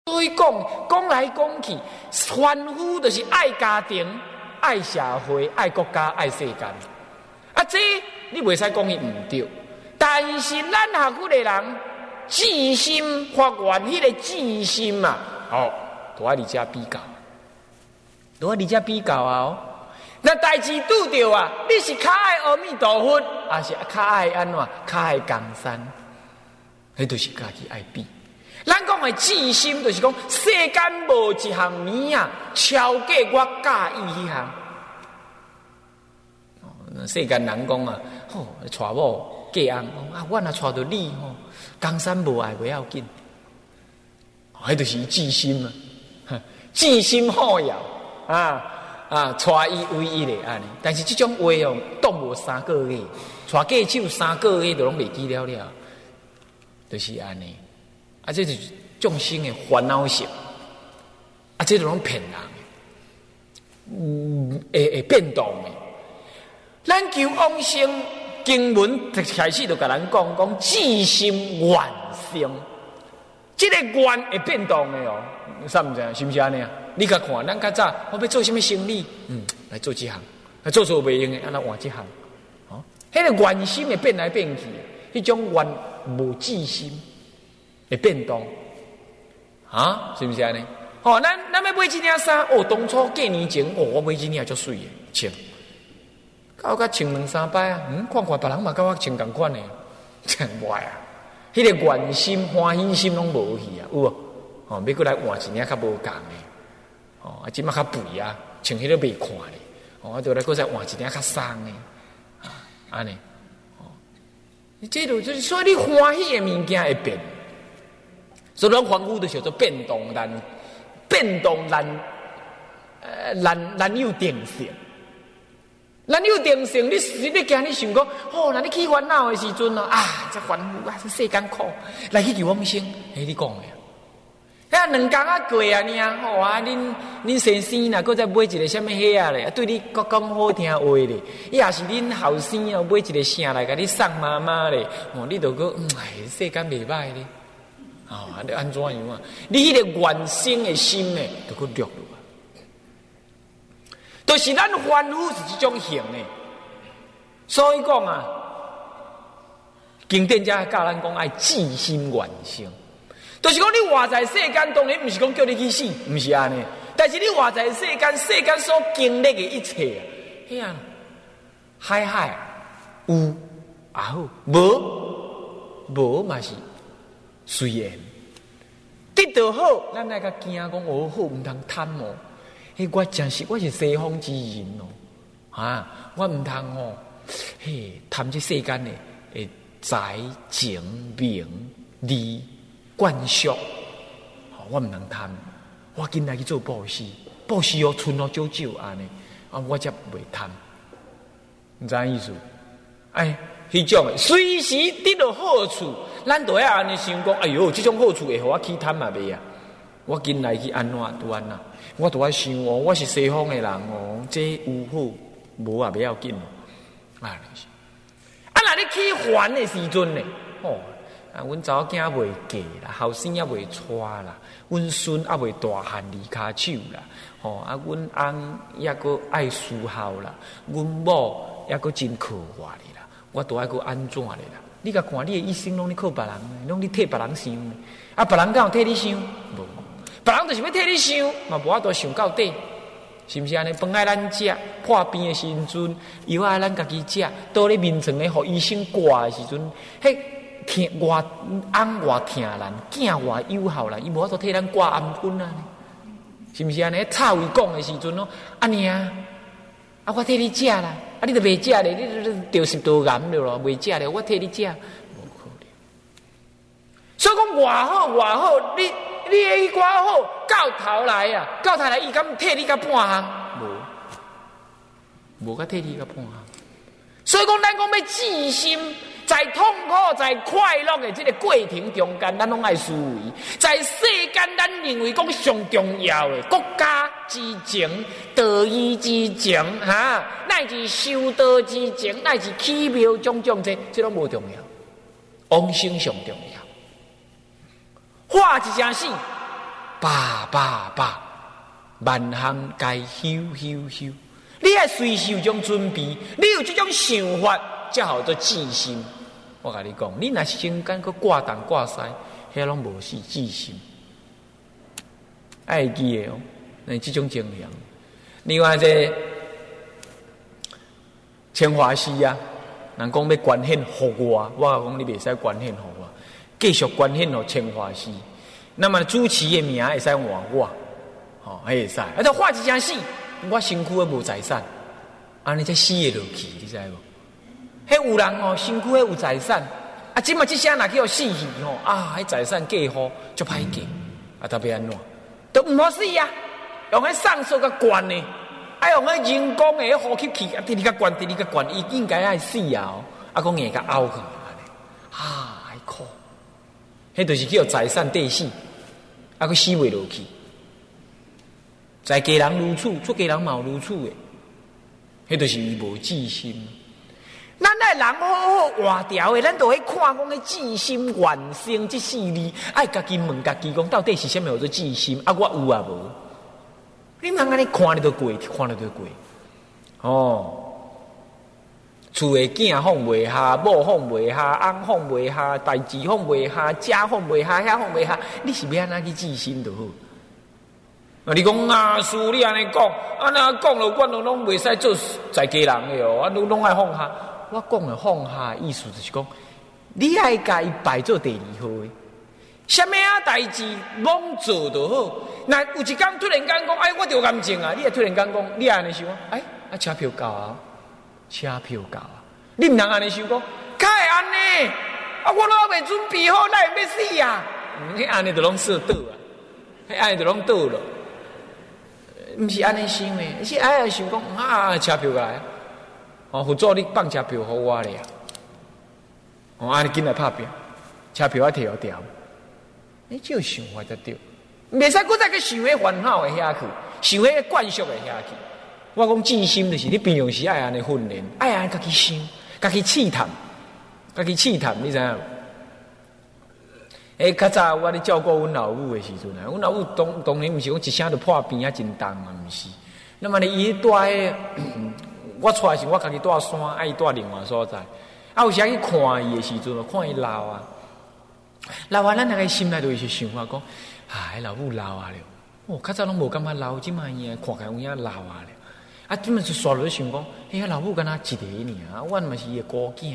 所以讲来讲去，凡夫就是爱家庭、爱社会、爱国家、爱世间。啊，这你袂使讲伊唔对，但是咱学佛的人自心发愿，迄个自心嘛，都爱离家比较，都爱离家比较啊！那代志拄着啊，你是较爱阿弥陀佛，还是较爱安怎？较爱江山？迄就是家己爱比。咱讲的自心，就是讲世间无一项物啊，超过我介意迄项。世间人讲啊，娶某嫁翁，我若娶到你江山无碍不要紧。迄就是自心啊，自心好摇娶伊为伊咧安尼。但是这种话挡无3个月，娶嫁手3个月都拢袂记了，就是安尼。这就是众生的烦恼性，这种骗人，会变动的。咱求往生经文开始就甲咱讲自心愿生，这个愿会变动的啥物事？是不是安尼啊？你甲看，咱较早我要做什么生意？来做这项，来做袂用的，安那换这项。迄个愿心会变来变去，迄种愿无自心。会变动是不是安尼？咱要买一件衫，当初过年前，我买一件足水的穿，到甲穿2-3摆啊，看看别人嘛，甲我穿同款的，真坏啊！迄个愿心、欢喜心拢无去啊，有无？要过来换一件较无共的，即马较肥啊，穿迄个袂看的，就来过再换一件较松的，安尼，这就是所以你欢喜的物件会变。所以，咱凡夫就叫做变动难有定性。难有定性，你今日想讲，那你起烦恼的时阵这凡夫这世间苦，来去求往生，你讲的2工过啊，恁先生呐，搁再买一个什么遐啊咧，对你讲好听话咧，也是恁后生买一个啥来，甲你送妈妈咧，你就讲，世间袂歹咧。你安怎样啊？你迄个原生的心呢，就去掠落啊。就是咱凡夫是这种型的，所以讲啊，经典家教咱讲爱自心愿生，就是讲你活在世间，当然不是讲叫你去死，不是安尼。但是你活在世间，世间所经历的一切啊，海有也好，无嘛是。虽然得到好，咱那个惊讲好唔通贪我是西方之人我唔通贪这世间的财情名利冠俗，我唔能贪，我今来去做布施，剩少安尼，我才袂贪，你知影意思？迄种的随时得到好处，咱都要安尼想讲，这种好处会互我起贪嘛袂啊？我今来去安怎拄安那？我都要想我是西方的人这有好无也不要紧那你起烦的时阵呢？阮查某囝未嫁啦，后生也未娶啦，阮孙也未大汉离骹手啦，阮翁也阁爱思孝啦，阮某也阁真可我哩啦，我都爱阁安怎哩啦？你甲看，你的一生拢咧靠别人，拢咧替别人想，别人敢有替你想？无，别人就是要替你想，嘛无法度想到底。是不是安尼？饭爱咱食，破病的时阵，药爱咱家己食，倒咧眠床咧，互医生挂的时阵，听外翁外疼咱，囝外友好啦，伊无法度替咱挂安分啊，是不是安尼？吵伊讲的时阵安尼啊，我替你食啦，你都袂食咧，你着是多癌了咯，袂食咧，我替你食，无可能。所以讲外好，你迄寡好，到头来伊敢替你甲半项？无甲替你甲半项。所以讲，咱讲要自心，在痛苦、在快乐的这个过程中间，咱拢爱思维。在世间，咱认为讲上重要的国家之情、道义之情，乃至修道之情，乃至起庙种这拢无重要，往生上重要。化一声死， 万行该修。你爱随时有种准备，你有这种想法，才好做志心。我甲你讲，你若是心肝搁挂东挂西，遐拢无是志心。爱记的哦，那这种精量。另外这清华寺啊，人讲要捐献给我讲你袂使捐献给我，继续捐献给清华寺。那么主持的名会使换我，会使。啊，这话一声死，我身躯也无财产，安尼才死会落去，你知无？迄有人身躯迄有财产，啊，即嘛即声若去互死去迄财产嫁予就歹嫁，啊，特别安怎？都唔好死啊！用迄上诉甲悬呢，用迄人工的呼吸器，直直甲悬，伊应该爱死啊！讲硬甲凹去，还苦。迄就是叫财产地死，佫死袂落去。在家人如此，出家人嘛有如此的，迄就是伊无志心。咱爱人好好活条的，咱都会看讲迄志心愿生这四字，爱家己问家己讲，到底是啥物叫做志心？我有啊无？你人安尼看你都过，看你都过。厝的囝放袂下，某放袂下，翁放袂下，代志放袂下，家放袂下，遐放袂下，你是要安怎去志心就好？你讲师你安尼讲，那讲了，我拢袂使做在家人的哦，拢爱放下。我讲的放下，意思就是讲，你爱家己摆做第二号的，什么代志拢做就好。那有一天突然间讲，我着癌症啊！你也突然间讲，你安尼想，车票到啊，你唔通安尼想讲，该会安尼？我拢未准备好，那会要死啊！你安尼就拢说倒啊，安尼就拢倒了。毋是安尼想的，是想讲车票来。辅助你放车票给我咧，安尼紧来拍拼，车票我摕互掉。这个想法才对，袂使搁再去想迄烦恼的遐去，想迄惯俗的遐去。我讲志心就是你平常时爱安尼训练，爱安尼家己想，家己试探，你知影无？较早我咧照顾阮老母的时阵啊，阮老母当然毋是讲一声就破病啊，真重啊，毋是。那么伊咧住我出来时，我家己住山，伊住另外所在。有时去看伊的时阵，看伊老啊，咱那个心内就会想法讲，老母老啊了。较早拢无感觉老，即摆伊看起来有影老啊了。即摆就刷落去想讲，老母敢若一个尔，阮嘛是伊的孤囝，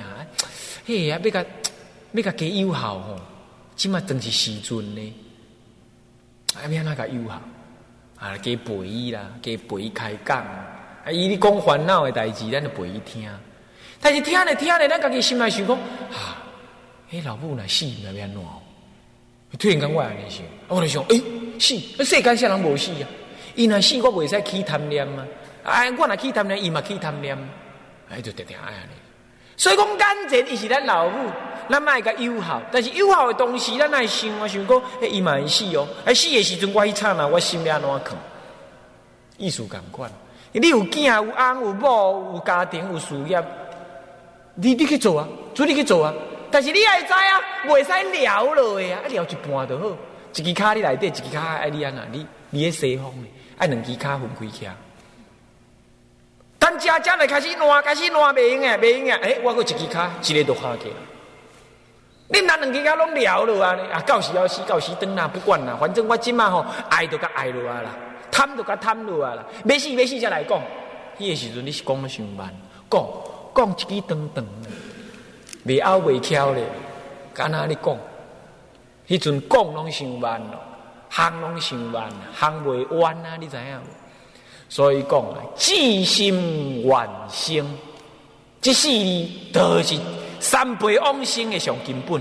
要甲加友好吼，即摆正是时阵呢。要安怎甲友好？加陪伊啦，加陪伊开讲。伊咧讲烦恼的代志，咱就陪伊听。但是听咧，咱家己心内想讲，老母若死，要安怎？突然间我安尼想，我就想，死，世间啥人无死啊？伊若死，我袂使起贪念啊！我若起贪念，伊嘛起贪念，就定定爱安尼。所以讲，眼前伊是咱老母，咱莫甲友好，但是友好的同时，咱爱想讲，伊嘛会死哦。死的时阵，我去惨啊，我心要安怎扛？意思同款。你有囝有翁有某有家庭有事业，你去做啊，你去做啊。但是你爱知啊，袂使聊落去啊，聊一半就好。一支脚你内底，一支脚爱你安那，你咧西方的，爱两支脚分开起。等食来开始烂，袂用诶，我搁一支脚，一个都下去。你若两支脚拢聊落啊，到时要死，到时转啦，不管啦，反正我即马爱就甲爱落啊啦。贪就甲贪落啊啦，要死才来讲。迄个时阵你是讲得伤慢，讲一支长长，袂拗袂巧咧。敢若你讲，迄阵讲拢伤慢咯，行拢伤慢，行袂弯啊，你知影无？所以讲啊，志心愿生，这四字就是三辈往生的上根本。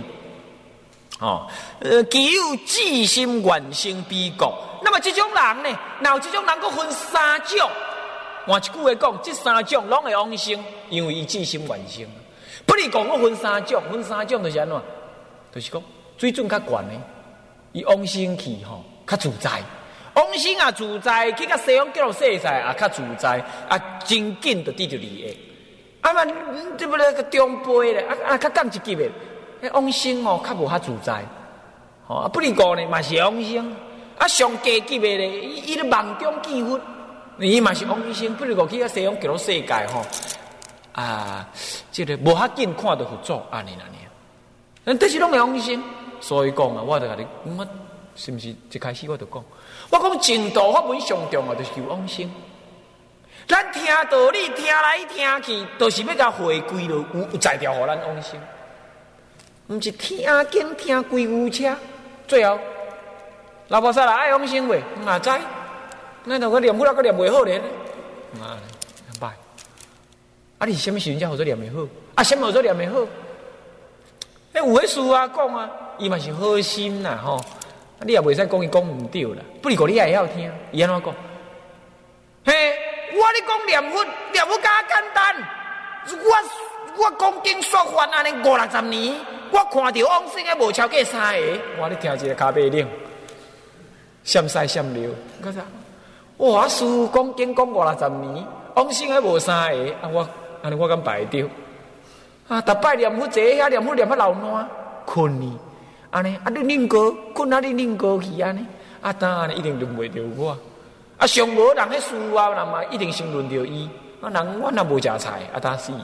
既有志心愿生悲国，那么这种人呢？哪有这种人？佫分三种。换一句话讲，这三种拢会往生，因为伊志心愿生。不是讲我分三种就是安怎？就是讲水准较悬的，伊往生去较自在。往生啊自在，去甲西方极乐世界啊较自在，真紧就得到利益。嘛，这不那个中辈咧，较降一级的。往生较无遐自在，不离个呢嘛是往生， 啊，上低级的咧，伊咧梦中见佛，伊嘛是往生，不如讲去啊西方极乐世界吼。啊，这个无遐紧看到佛祖安尼安尼，但是拢会往生。所以讲啊，我就甲你，我是不是一开始我就讲，我讲净土法门上重要就是求往生。咱听道理听来听去，都是要甲回归了有才调，互咱往生。毋是听经听规有车，最后老菩萨来爱往生未？哪知？那头个念佛，那个念袂好咧。啊，拜。啊，你什么时阵才好做念会好？啊，什么好做念会好？有迄事啊讲啊，伊嘛是好心啦吼。你也袂使讲伊讲毋对啦，不如讲你也会晓听。伊安怎讲？嘿，我咧讲念佛，念佛加简单。我讲经说法安尼50-60年，我看到往生的无超过3个。我咧听一个咖啡冷，闪晒闪流，个啥？哇！师父讲经讲50-60年，往生的无3个。啊，我安尼我敢摆掉？啊，逐摆念佛坐遐念佛念啊流烂，困呢。安尼啊，你恁哥困啊，你恁哥去安尼，啊，当安尼一定轮袂着我。啊，上无人迄事啊，人嘛一定先轮着伊。啊，人我若无食菜，啊，当死咯。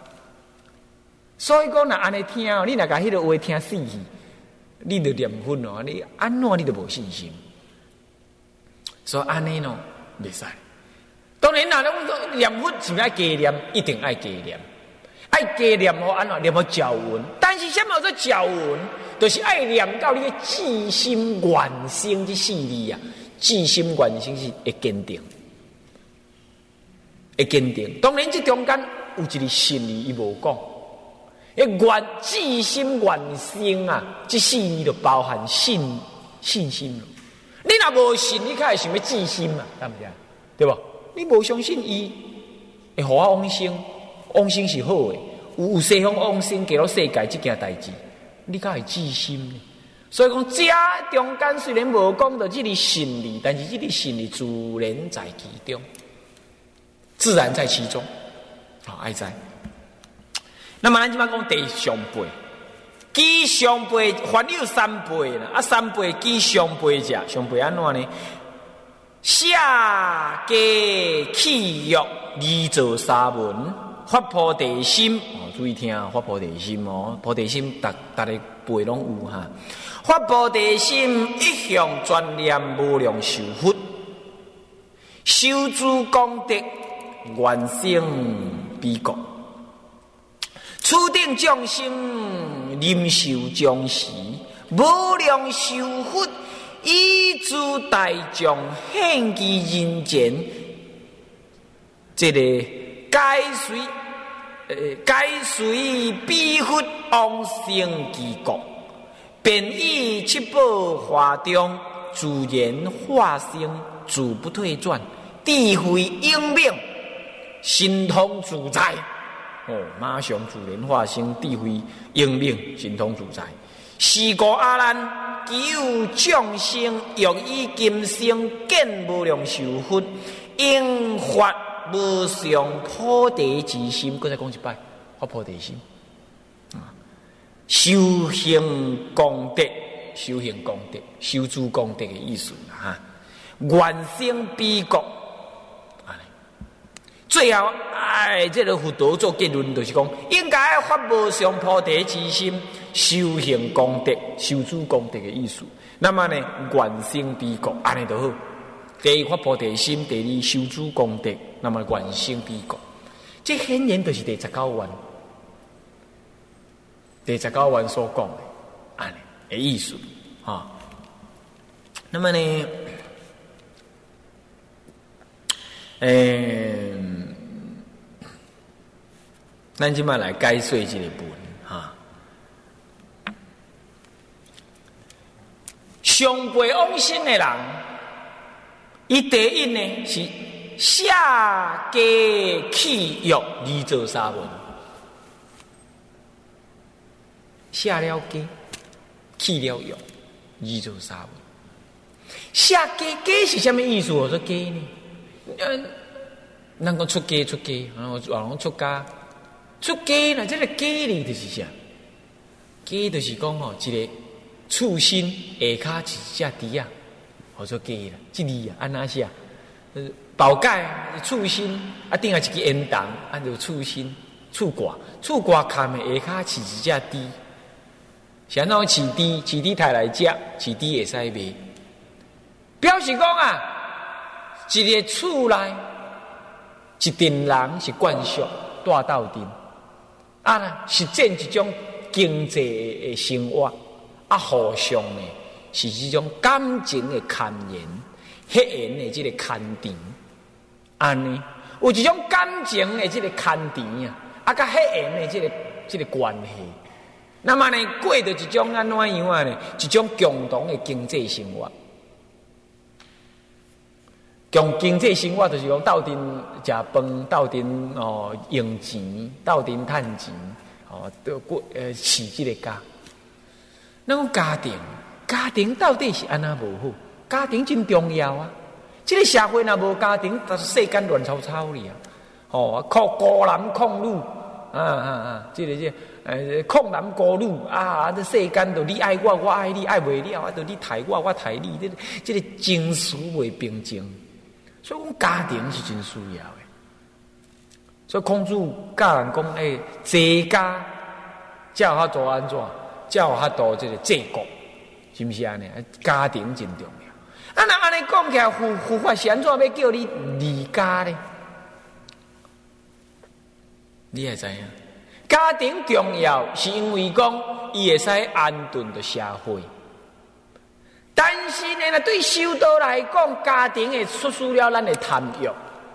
所以讲，若安尼听哦，你若甲迄个话听死去，你就念佛哦，你安怎你都无信心。所以安尼咯，袂使。当然啦，咱念佛是爱加念，一定爱加念。爱加念好安怎念好教文，但是什么叫做教文？就是爱念到你的至心愿心这4字啊，至心愿心是会坚定，会坚定。当然这中间有一个信字伊无讲，愿至心愿心啊，这4字就包含信心了。你若无信，你开始想要至心嘛，对不对？对吧？你无相信伊会互我往生。往生是好的，有西方往生给到世界这件代志，你才会至心呢。所以讲，这中间虽然无讲到这个信理，但是这个信理自然在其中，自然在其中。好，爱在。那么咱即摆讲第上辈，记上辈还有3辈啦，啊3辈记上辈者，上辈安怎呢？下家契约二造沙文。发菩提心，注意听啊！发菩提心哦，菩提心，大家背拢有哈。发菩提心，一向专念无量寿佛，修诸功德，愿生彼国。初定众生，临受将时，无量寿佛，以诸大众献于人间，这个。该随彼佛往生其国，便以七宝华中，自然化生，自不退转，智慧英明，神通自在。哦，马上自然化生，智慧英明，神通自在。是故阿难，求众生欲以今生见无量寿佛，应发。无上菩提之心，再讲一摆，发菩提心啊！修行功德，修行功德，修诸功德的意思啦哈！愿生彼国，最后这个佛陀做结论就是讲，应该发无上菩提之心，修行功德，修诸功德的意思。那么呢，愿生彼国，安尼就好。第一发菩提心，第二修诸功德，那么愿生彼国。这显然就是第19愿，第19愿所讲的安尼的意思啊。那么呢，咱今麦来解说这个本哈。上辈往生的人。伊第一呢是下家契约二造沙文，下了家，契了约二造沙文。下家是什么意思？我说家呢？咱讲出家，然后讲出家，出家呢？这个家呢就是啥？家就是讲吼，一个畜生下骹一只猪啊。 好做假啦，这字啊，安那写？宝盖触心啊，顶下一个烟筒，啊就触心触卦，触卦看的下骹起一只猪，是安怎饲猪？饲猪抬来食，饲猪会使卖。表示讲啊，一个厝内一群人是惯属大斗阵，啊，实践一种经济的生活，啊，互相的是这种感情的牵连。血缘的这个牵连，安尼有一种感情的这个牵连啊，啊，甲血缘的这个关系。那么呢，过着一种安怎样啊呢？一种共同的经济生活。经济生活就是讲斗阵食饭，斗阵用钱，斗阵趁钱，都饲这个家。那讲家庭到底是安那无好？家庭真重要啊！这个社会若无家庭，就是世间乱糟糟哩啊！孤男控女控男孤女啊！这世间就你爱我，我爱你，爱袂了啊！就你抬我，我抬你，这个情绪袂平静。所以讲家庭是真需要的。所以孔子教人讲，治家才有法度安怎？才有法度这个治国，是不是安尼？家庭真重要。啊，那安尼讲起来，佛法是安怎要叫你离家呢？你会知影？家庭重要，是因为讲伊会使安顿的社会。但是呢，对修道来讲，家庭会促使了咱的贪欲。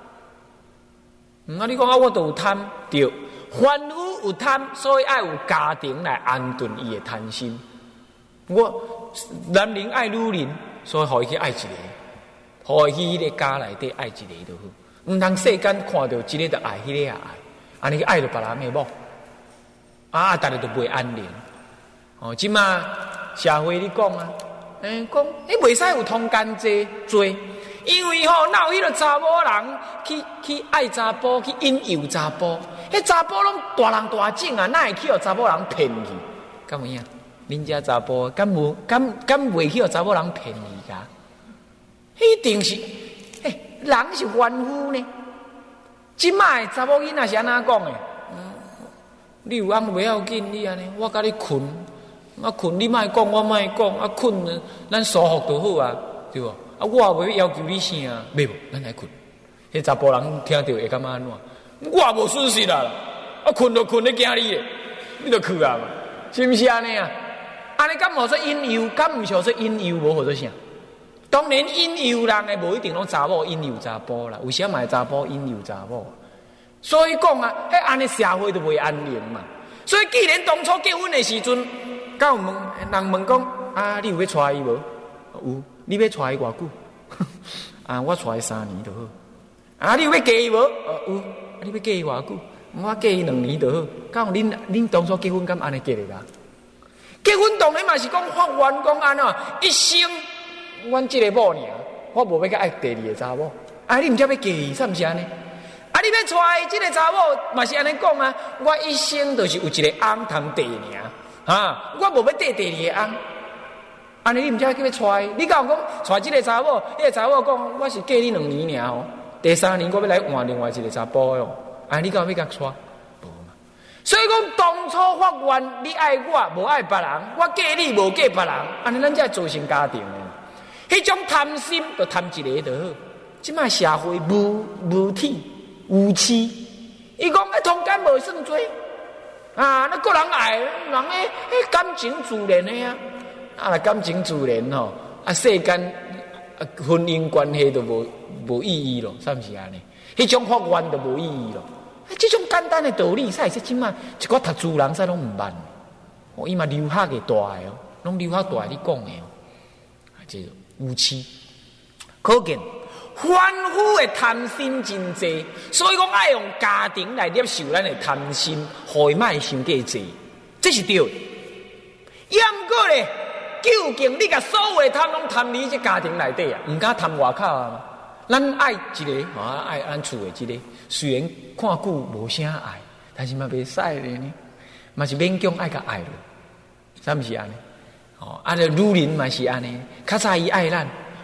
你讲啊，我都有贪，对，凡夫有贪，所以爱有家庭来安顿伊的贪心。我男人爱女人。所以，互伊去爱一个，互伊去迄个家内底爱一个就好。毋通世间看到一个就爱，迄个也爱，安尼爱着别人的某，啊，逐个都袂安宁。即马社会你讲啊，讲你袂使有通奸罪，因为哪有迄个查某人去爱查甫，去引诱查甫，迄查甫拢大人大种啊，哪会去互查某人骗去？敢有影？恁家查甫敢袂去互查某人骗伊噶？一定是，人是凡夫呢。即摆查某囡仔是安怎讲的？你有翁袂要紧，你安尼，我甲你困，啊困你莫讲，我莫讲，啊困咱舒服就好啊，对无？啊我也袂要求你啥，袂无，咱来困。迄查甫人听到会感觉安怎？我也无损失啦，啊困就困咧惊你咧，你就去啊嘛，是毋是安尼啊？安尼敢无说引诱，敢毋是说引诱无好做啥？当然引诱人的无一定拢查某引诱查甫啦，有时仔嘛查甫引诱查某。所以讲啊，安尼社会就袂安宁嘛。所以既然当初结婚的时阵，敢有人问讲啊，你有要娶伊无？有，你要娶伊偌久？啊，我娶伊3年就好。啊，你有要嫁伊无？有，啊，你要嫁伊偌久？我嫁伊2年就好。敢有恁当初结婚敢安尼结的啦？结婚当然嘛是讲法院讲安怎一生，阮这个某尔，我无要甲爱第二个查某。啊，你毋则要嫁伊，是毋是安尼？啊，你要娶这个查某嘛是安尼讲啊？我一生就是有一个翁通地尔，我无要第二个翁。安尼你毋则叫要娶？你敢有讲娶这个查某？迄个查某讲我是嫁你2年尔哦，第3年我要来换另外一个查甫哟。啊，你敢要甲娶？所以讲，当初法院你爱我，无爱别人；我嫁你，无嫁别人。安尼咱才会组成家庭的。迄种贪心，就贪一个就好。即摆社会无体无耻，伊讲通奸无算罪啊！那个人爱人迄感情自然的啊，啊感情自然吼，啊世间婚姻关系就无意义咯，是毋是安尼？迄种法院就无意义咯。这种简单的道理，使说即卖一个读书人，使拢毋捌。伊嘛留学个大个哦，拢留学大个你讲个哦，这无耻。可见凡夫的贪心真济，所以讲爱用家庭来接受咱的贪心，互伊莫伤过济，这是对的。也毋过咧，究竟你甲所有的贪拢贪你这家庭内底啊，毋敢贪外口啊？咱爱一个，爱咱厝的一个，虽然看久无啥爱，但是嘛袂使咧呢，嘛是勉强爱甲爱咯，是毋是安尼？女人嘛是安尼，较早伊爱咱，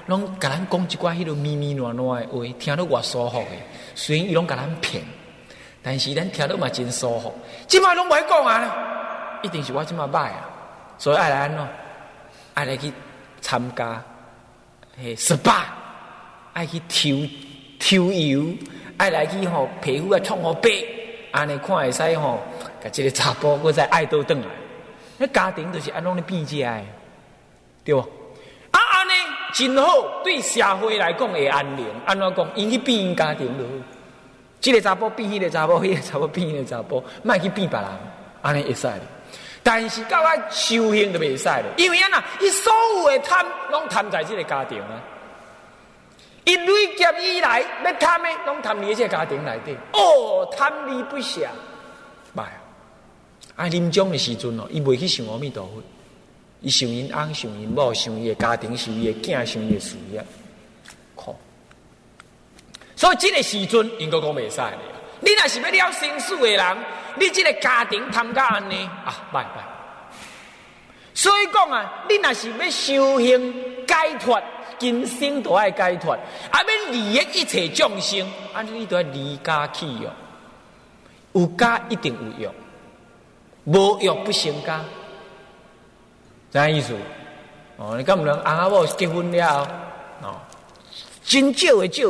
拢甲咱讲一寡迄落咪咪软软的话，听得偌舒服的。虽然伊拢甲咱骗，但是咱听得嘛真舒服。即摆拢袂讲啊，一定是我即摆歹啊，所以爱来安怎？爱来去参加SPA，爱去抽油，爱来去皮肤创白，安尼看会使甲即个查甫搁再爱倒转来。那家庭就是安怎咧变食的，对不？安尼真好，对社会来讲会安宁。安怎讲？因去变因家庭就好。这个查甫变迄个查甫，迄个查甫变迄个查甫，莫去变别人，安尼会使。但是到爱修行就袂使了，因为啊，伊所有的贪拢贪在这个家庭啊。伊累劫以来要贪的，拢贪伫这个家庭内底。贪利不暇，歹啊！临终的时阵伊袂去想阿弥陀佛，伊想因翁，想因某，想伊的家庭，想伊的囝，想伊的事业，靠！所以这个时阵应该讲袂使了。你若是要了生死的人，你这个家庭贪到安尼歹。所以讲你若是要修行解脱，今生都爱解脱，要利益一切众生，你都要离家弃业。有家一定有用，无用不成家，知影意思？你敢唔能翁仔某结婚了真少。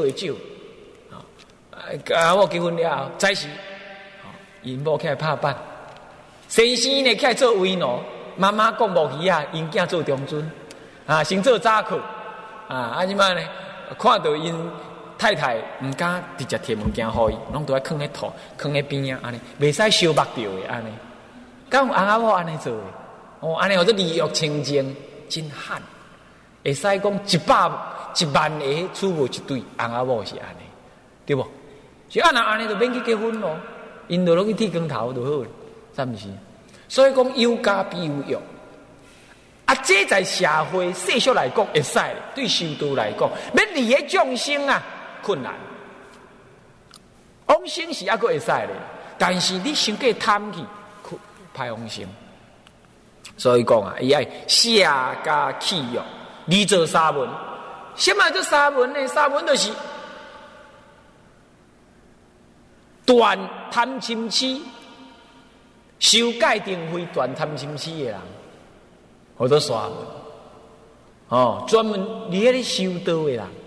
我结婚了，早时，因某起来拍板，先生呢起来做为奴，妈妈讲无去因囝做中尊，先做早课，即摆呢，看到因太太唔敢直接摕物件互伊，拢都爱囥喺头，囥喺边安尼，袂使烧目着的安尼。敢有翁仔某安尼做的？安尼或者利欲清净，真罕，会使讲100万个娶无一对翁仔某是安尼，对不？所以安尼就免去结婚咯，因就拢去剃光头就好了，是不是？所以讲有家必有用，这在社会世俗来讲会使，对修道来讲，要利益众生困难。往生是还佫会使咧，但是你伤过贪去，歹往生。所以讲伊爱下家弃业，离做沙门。什么叫沙门呢？沙门就是断贪嗔痴，修戒定慧断贪嗔痴的人，好多沙门。专门伫遐咧修道的人，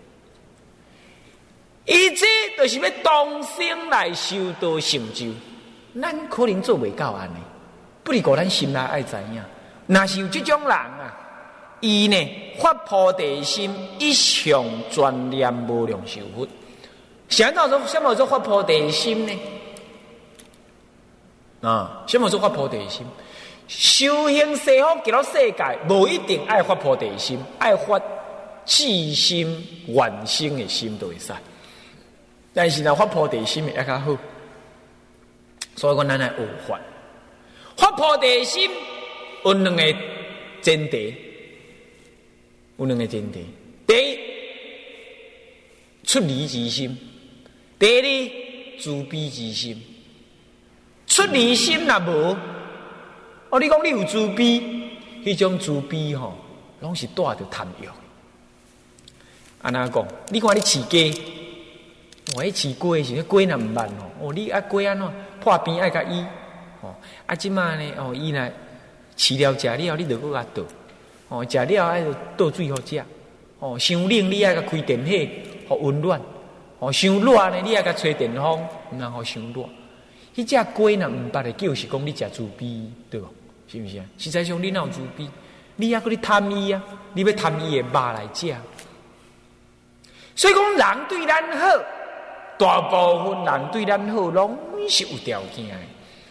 伊这就是要当生来修道成就。咱可能做袂到安尼，不如讲咱心内爱知影，若是有这种人伊呢发菩提心，一向专念无量寿佛。什么叫做发菩提心呢？什么叫做发菩提心？修行西方极乐世界，无一定爱发菩提心，爱发至心愿生的心都会使。但是呢，发菩提心会较好。所以讲，咱来学法。发菩提心有两个前提，第一，出离之心；第二，慈悲之心。出离心若无，你讲你有慈悲，迄种慈悲拢是带着贪欲。安怎讲？你看你饲鸡，迄饲鸡是鸡若毋慢你鸡安怎破病爱甲医即摆呢伊若饲了食了，你就搁甲倒食了爱倒水互食伤冷你爱甲开电火互温暖伤热呢你爱甲吹电风毋通互伤热。迄只鸡若毋捌的叫是讲你食猪逼，对无？是毋是啊？实际上你哪有猪逼？你还搁咧贪伊你要贪伊的肉来食。所以讲人对咱好，大部分人对咱好拢是有条件的。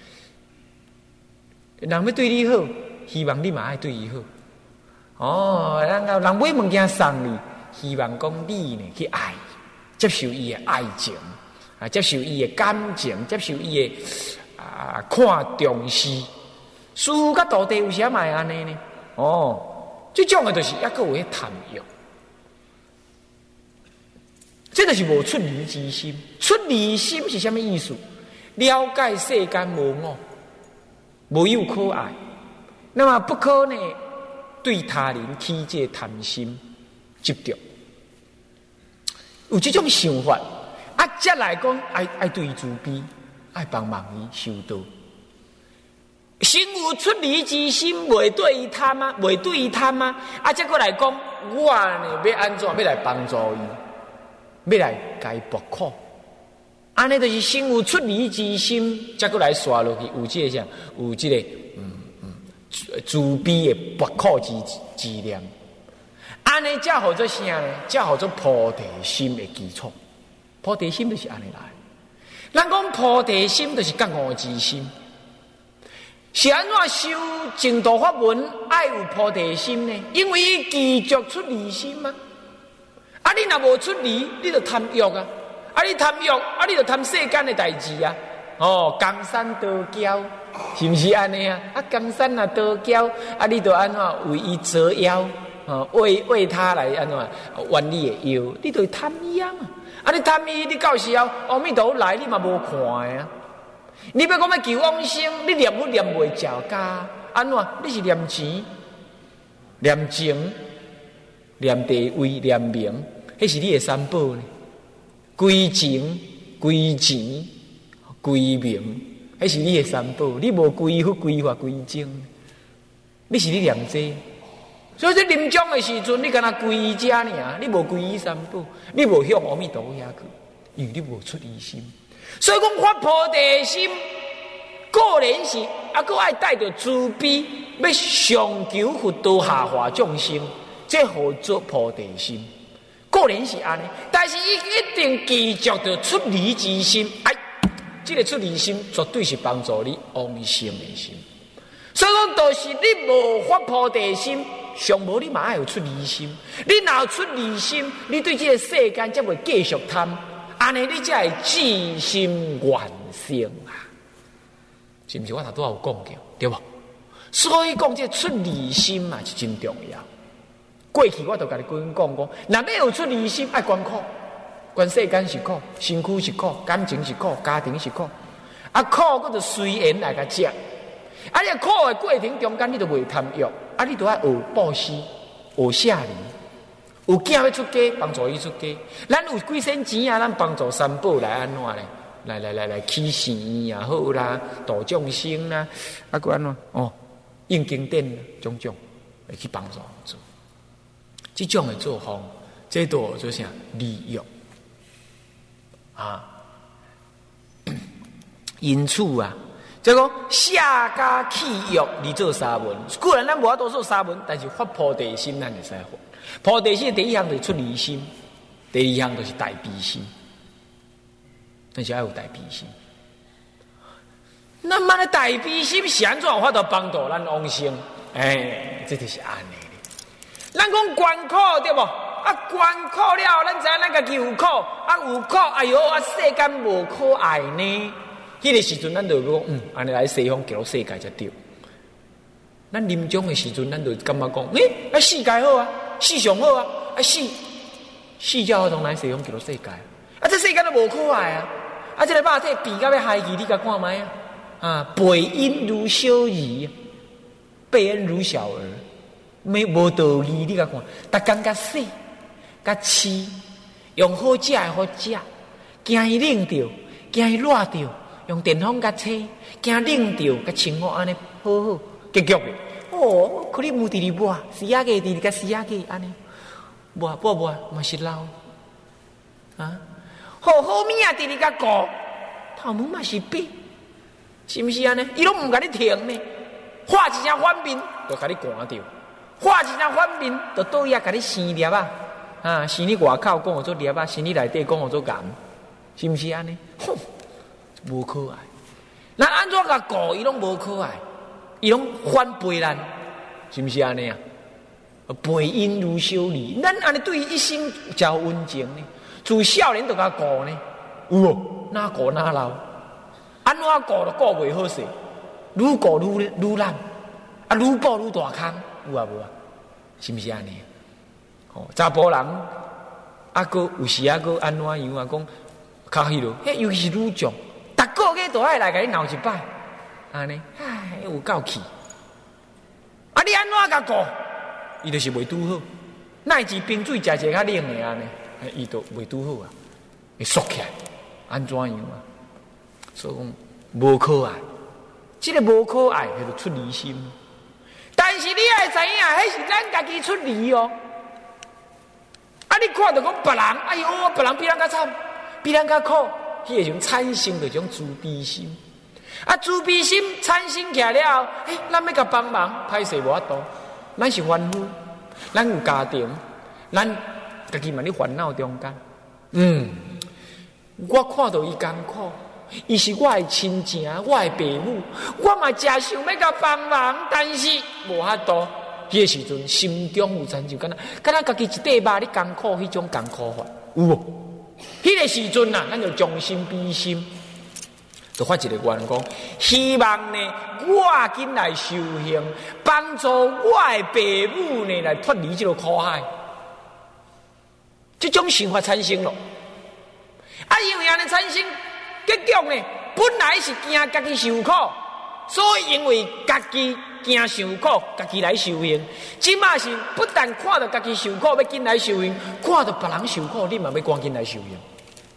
人要对你好，希望你嘛爱对伊好。人买物件送你，希望讲你呢去爱，接受伊的爱情。接受伊的感情，接受伊的看重视，师父甲徒弟有啥会安尼呢？这种的就是还佫有迄贪欲，这就是无出离之心。出离心是什么意思？了解世间无我，无有可爱，那么不可呢对他人起这贪心， 执着，有这种想法，再来讲爱对伊慈悲，爱帮忙伊修道。心有出离之心，未对伊贪啊，未对伊贪啊，再过来讲，我呢要安怎要来帮助伊，要来甲伊博苦，安尼就是心有出离之心，再过来刷落去，有这个啥，有这个慈悲的博苦之念，安尼才好做啥呢？才好做菩提心的基础。菩提心就是安尼来，咱讲菩提心就是觉悟之心。是安怎修净土法门爱有菩提心呢？因为伊记着出离心嘛。你若无出离，你就贪欲啊！你贪欲，你就贪世间的代志啊！江山道教，是不是安尼啊？江山啊道教，你就安怎为伊折腰？为他来安怎弯你的腰？你就贪伊啊嘛！你贪伊，你到时候阿弥陀来，你嘛无看的啊！你要讲要求往生，你念佛念袂着家，安怎？你是念钱、念情、念地位、念名，迄是你的三宝呢。归情、归钱、归名，迄是你的三宝。你无归佛、归法、归情，你是你念这。所以说临终的时阵，你敢若归伊遮尔，你无归伊三宝，你无向阿弥陀遐去，因为你无出离心。所以讲发菩提心，个人是还爱带着慈悲，要上求佛道下化众生，这好做菩提心。个人是安尼，但是伊一定记着着出离之心。这个出离心绝对是帮助你往生的心。所以讲，就是你无发菩提心，上无你嘛爱有出离心。你若有出离心，你对这个世间才会继续贪。安尼你才会至心愿成啊！是不是？我头拄有讲过，对不？所以讲这出离心嘛是真重要。过去我都甲你讲，若要有出离心，爱观苦，观世间是苦，身躯是苦，感情是苦，家庭是苦，苦佫就随缘来甲食。你苦的过程中间，你就袂贪欲，你就要学布施，学舍离。有囝要出家，帮助伊出家；咱有几仙钱啊，咱帮助三宝来安怎咧？来起善也好啦，度众生啦，佫安怎？印经典种种来去帮助做。这种的做法，这都做啥？利欲啊！因此啊，这个下家弃欲，你做沙文。固然咱无法度做沙文，但是发菩提心，咱就使发。菩提心第一项就是出离心，第二项就是大悲心。但是要有大悲心。那么的大悲心是安怎有法度帮助咱往生？这就是安尼的。咱讲观苦对不？观苦了，咱知影咱家己有苦，有苦，哎呦，世间无可爱呢。迄个时阵，咱就讲，安尼来西方极乐世界才对。咱临终的时阵，咱就感觉讲，世界好啊，世上好啊，死才好通来西方极乐世界。这世间都无可爱啊！这个肉体肥到要害去，你甲看卖啊！背阴如小儿，背恩如小儿，无道义，你甲看，逐工甲洗，甲饲，用好食的好食，惊伊冷着，惊伊热着，用电风甲吹，惊冷着，甲清好安尼好好，结局的。可你无伫哩抹，死仔个伫哩甲死仔个安尼，抹嘛是老啊！好命啊，伫哩甲顾，头毛嘛是白，是毋是安尼？伊拢毋甲你停呢，画一声反面，就甲你赶掉；画一声反面，就倒遐甲你生粒啊！生你外口讲做粒啊，生你内底讲做岩，是毋是安尼？无可爱。咱安怎甲顾伊拢无可爱，伊拢反背咱，是毋是安尼啊？背阴如小儿，咱安尼对伊一生真温情呢。自少年就甲顾呢，有无？哪顾哪老？安怎顾都顾袂好势，愈顾愈烂，愈顾愈大坑，有啊无啊？是毋是安尼？查甫人佫有时佫安怎样啊？讲较迄落，尤其是女将，逐个月都爱来甲你闹一摆，安尼，有够气。你安怎甲顾？伊就是袂拄好， 乃至冰水食一个较冷的安尼，伊都袂拄好啊，会缩起来，安怎样啊？所以讲无可爱，这个无可爱，迄就出离心。但是你爱知影，迄是咱家己出离哦。啊，你看到讲别人，哎呦，别人比咱较惨，比咱较苦，迄个时阵产生着种自卑心。啊，自卑心产生起来了后，咱要甲帮忙，歹势无法度。咱是凡夫，咱有家庭，咱家己嘛咧烦恼中间。我看到伊艰苦，伊是我的亲情，我的父母，我嘛真想要甲帮忙，但是无法度。迄个时阵，心中有亲像敢若家己一块肉咧艰苦，迄种艰苦法有无？迄个时阵啊，咱就将心比心，就发一个愿讲，希望呢，我紧来修行，帮助我的父母呢来脱离这个苦海。这种想法产生了，因为安尼产生，结局呢，本来是惊家己受苦，所以因为家己惊受苦，家己来修行。即马是不但看到家己受苦，要紧来修行，看到别人受苦，你嘛要赶紧来修行。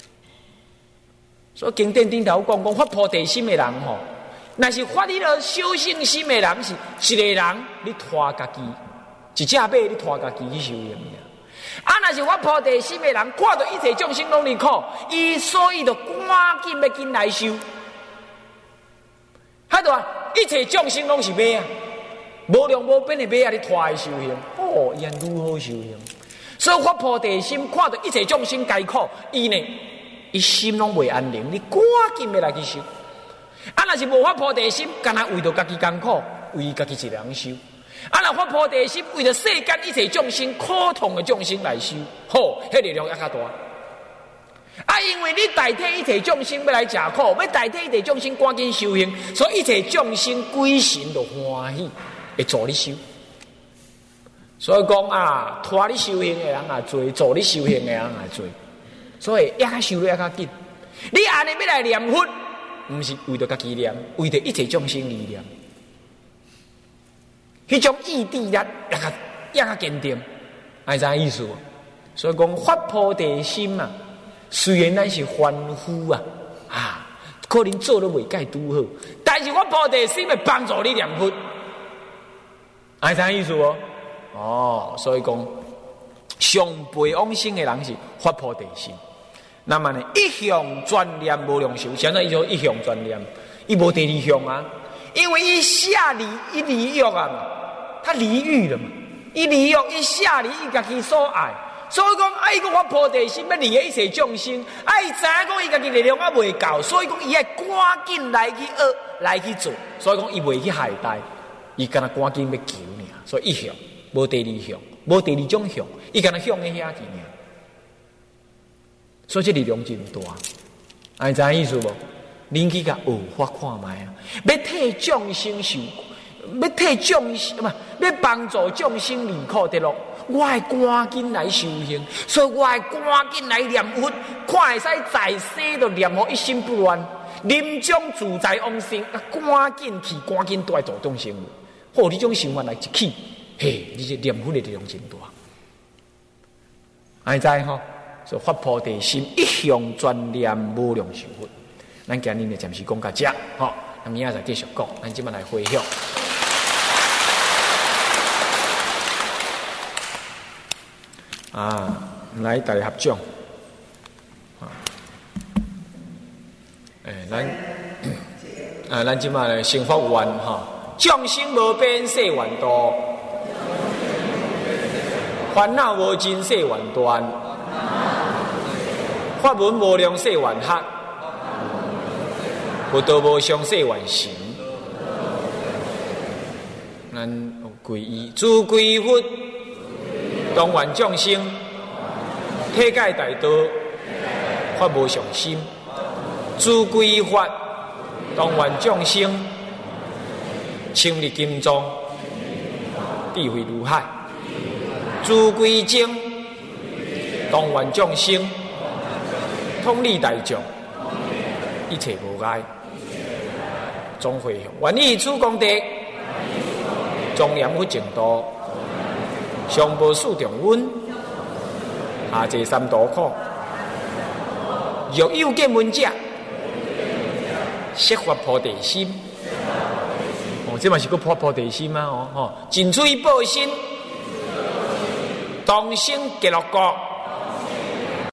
所以经典顶头讲发菩提心的人吼，若是发你了小信心的人，是一个人你拖家己，一只马你拖家己去修行。若是发菩提心的人，看到一切众生拢离苦，所以就赶紧要紧来修。迄度一切众生拢是马啊，无量无边的马啊，你拖去修行，伊安如何修行？所以发菩提心，看到一切众生皆苦，伊心拢未安宁，你赶紧要来去修。若是无发菩提心，干那为着家己艰苦，为家己一个人修。若发菩提心，为着世间一切众生苦痛的众生来修，迄力量也较大。因为你代替一切众生要来吃苦，要代替一切众生赶紧修行，所以一切众生鬼神就欢喜，会助你修。所以讲拖你修行的人也多，助你修行的人也多。所以也较修得也较紧。你安尼要来念佛，不是为着家己念，为着一切众生而念。迄种意志力也较坚定，知影意思无？所以讲发菩提心啊，虽然咱是凡夫可能做得袂介拄好，但是我菩提心会帮助你念佛，知影意思无？所以讲上辈往生的人是发菩提心。那么呢，一向专念无量寿，现在伊就一向专念，伊无第二向啊，因为伊下离一离欲嘛，他离欲了嘛，伊离欲，伊下离伊家己所爱，所以讲伊讲我菩提心要离一切众生，伊知影讲伊家己力量未够，所以讲伊爱赶紧来去学，来去做，所以讲伊袂去懈怠，伊干那赶紧要求尔，所以一向无第二向，无第二种向，伊干那向喺遐去尔。所以这力量真大，知影意思无？恁去甲学法看卖啊！要替众生受，要替众生要帮助众生离苦得乐，我爱赶紧来修行，所以我爱赶紧来念佛，看会使在世就念佛一心不乱，临终自在往生，赶紧去，赶紧带助众生。你种想法来一起，你这念佛的力量真大，知吼？所以发菩提心，一向专念无量寿佛。咱今日就暂时讲到这，那明仔再继续讲。咱今麦来回向。来大家合掌。咱今麦成佛愿众生无边誓愿度，烦恼无尽誓愿断。法门无量誓愿学，佛道无上誓愿行。咱皈依，自皈佛，当愿众生体解大道，发无上心；自皈法，当愿众生清入金藏，智慧如海；自皈正，当愿众生通理大众，一切无碍，总回向。愿以此功德，庄严佛净土， 上无四重温，下济三途苦。若有见闻者，设发菩提心。哦，这嘛是个菩提心啊！哦，尽水报身，同生极乐国。